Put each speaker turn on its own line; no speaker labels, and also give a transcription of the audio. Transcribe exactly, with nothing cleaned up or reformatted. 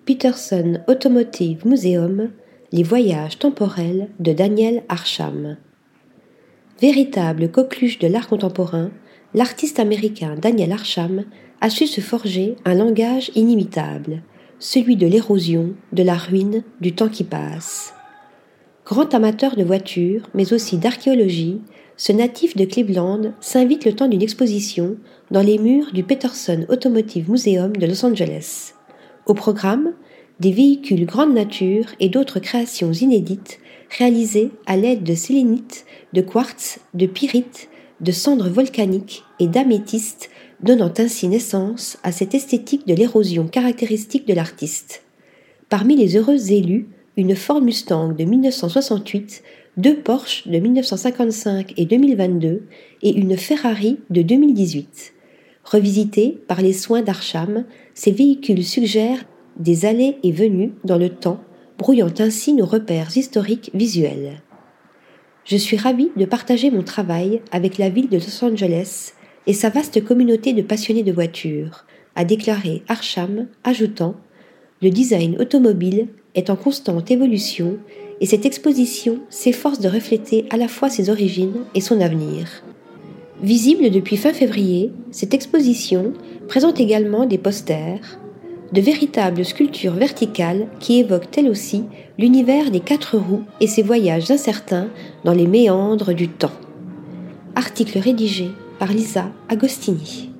Peterson Automotive Museum, les voyages temporels de Daniel Arsham. Véritable coqueluche de l'art contemporain, l'artiste américain Daniel Arsham a su se forger un langage inimitable, celui de l'érosion, de la ruine, du temps qui passe. Grand amateur de voitures, mais aussi d'archéologie, ce natif de Cleveland s'invite le temps d'une exposition dans les murs du Peterson Automotive Museum de Los Angeles. Au programme, des véhicules grande nature et d'autres créations inédites réalisées à l'aide de sélénite, de quartz, de pyrite, de cendres volcaniques et d'améthyste, donnant ainsi naissance à cette esthétique de l'érosion caractéristique de l'artiste. Parmi les heureux élus, une Ford Mustang de mille neuf cent soixante-huit, deux Porsche de mille neuf cent cinquante-cinq et deux mille vingt-deux et une Ferrari de deux mille dix-huit. Revisités par les soins d'Arsham, ces véhicules suggèrent des allées et venues dans le temps, brouillant ainsi nos repères historiques visuels. Je suis ravie de partager mon travail avec la ville de Los Angeles et sa vaste communauté de passionnés de voitures, a déclaré Arsham, ajoutant « Le design automobile est en constante évolution et cette exposition s'efforce de refléter à la fois ses origines et son avenir. » Visible depuis fin février, cette exposition présente également des posters, de véritables sculptures verticales qui évoquent elles aussi l'univers des quatre roues et ses voyages incertains dans les méandres du temps. Article rédigé par Lisa Agostini.